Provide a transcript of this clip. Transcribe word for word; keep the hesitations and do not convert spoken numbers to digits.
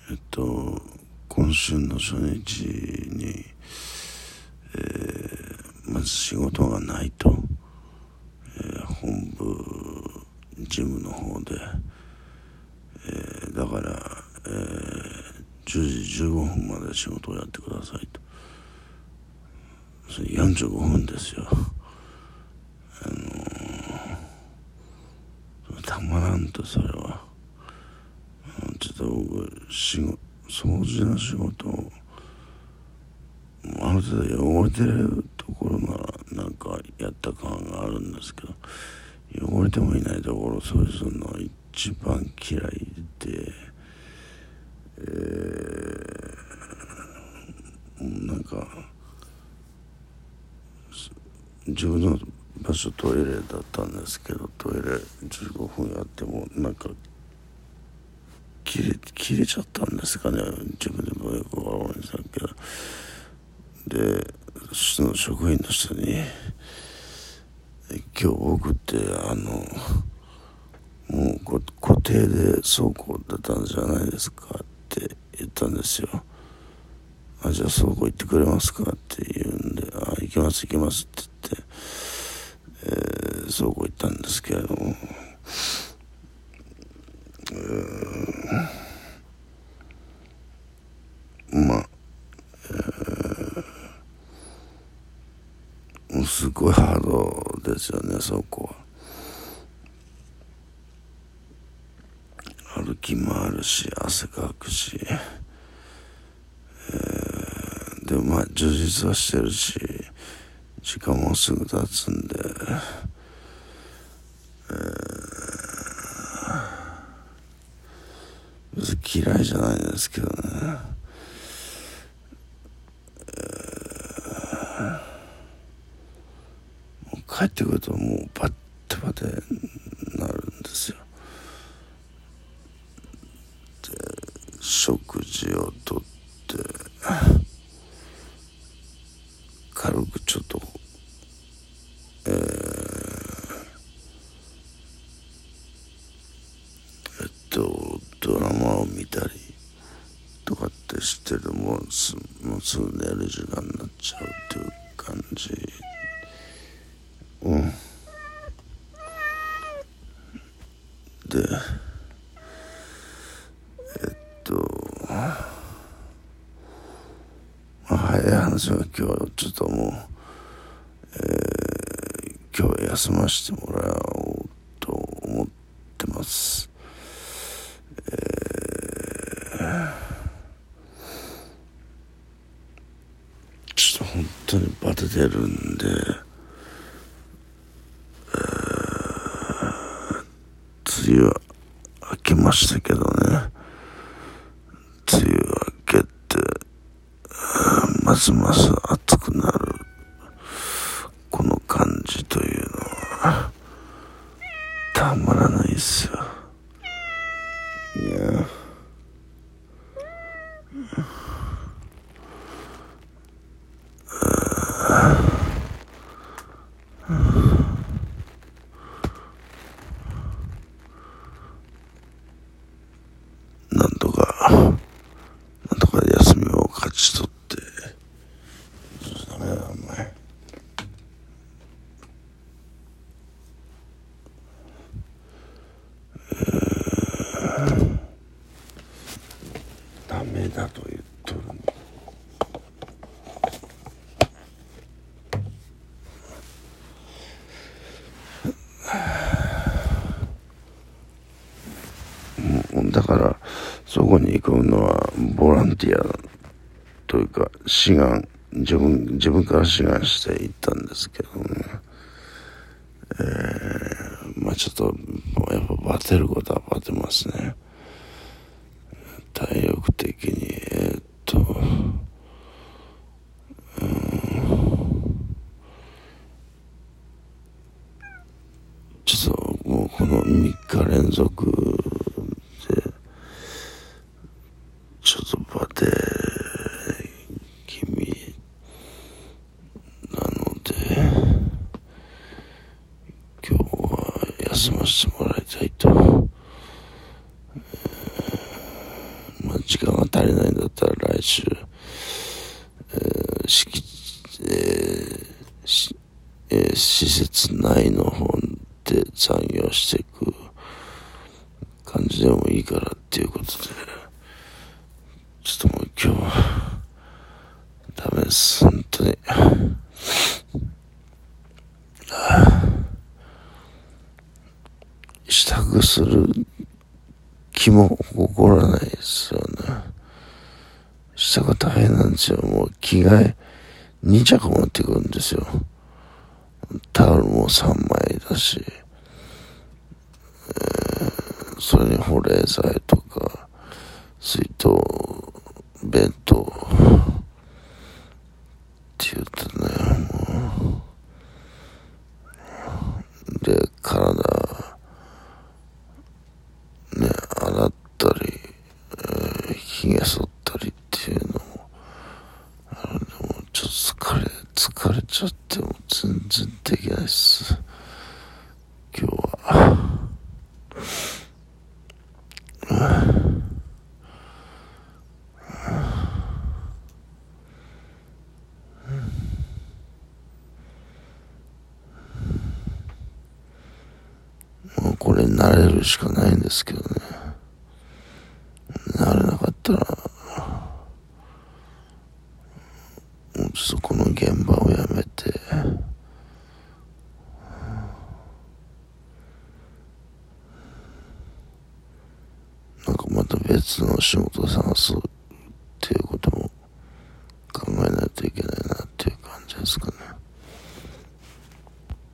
えっと今週の初日に、えー、まず仕事がないと、えー、本部事務の方で、えー、だから、えー、じゅうじじゅうごふんまで仕事をやってくださいと。それよんじゅうごふんですよ。あのー、たまらんと。それはちょっと僕仕事掃除の仕事をある程度汚れてるところならなんかやった感があるんですけど、汚れてもいないところを掃除するのが一番嫌いで、えー、なんか自分の場所トイレだったんですけど、トイレじゅうごふんやってもなんか切れ切れちゃったんですかね。自分でもよくわかりませんけど、でその職員の人に今日僕ってあのもう固定で倉庫だったんじゃないですかって言ったんですよ。あ、じゃあ倉庫行ってくれますかって言うんで、あ、行きます行きますって言って、えー、倉庫行ったんですけれども、えー、まあ、えー、もうすごいハードですよね、倉庫は。歩き回るし汗かくし、えー、でもまあ充実はしてるし時間もすぐ経つんで、えー、別に嫌いじゃないですけどね、えー、もう帰ってくるともうバッテバテになるんですよ。で食事をとって軽くちょっとえー、えっとドラマを見たりとかってしてるもうすもうすぐ寝る時間になっちゃうっていう感じ。うんでえっとまあ早い話は今日ちょっともう、えー、今日休ませてもらおうと思ってます。えー、ちょっと本当にバテてるんで、えー、梅雨明けましたけどね、梅雨明けてますます暑くなるこの感じというのはたまらないっすよ。いやなんとかなんとか休みを勝ち取ってダメだお前。ダメだと言っとるの。だからそこに行くのはボランティアというか志願自分自分から志願して行ったんですけどね、えー、まあちょっとやっぱバテることはバテますね。体力的にえー、っとちょっともうこのみっか連続でちょっとバテ気味なので今日は休ませてもらいたいと、 時間が足りないんだったら来週、えー敷えーしえー、施設内の方で残業していく感じでもいいからっていうことで、ちょっともう今日はダメです、本当に。支度する気も起こらないですよね。支度が大変なんですよ。もう着替えに着持ってくるんですよ。タオルもさんまいだし、えー、それに保冷剤とか水筒、弁当って言うとね、もうで体ね洗ったり、えー、ひげ剃ったりっていうのもあるんで、もうちょっと疲れ疲れちゃってもう全然できないっす今日は。もうこれ慣れるしかないんですけどね。慣れなかったらもうちょっとこの現場をやめて、なんかまた別の仕事を探すっていうことも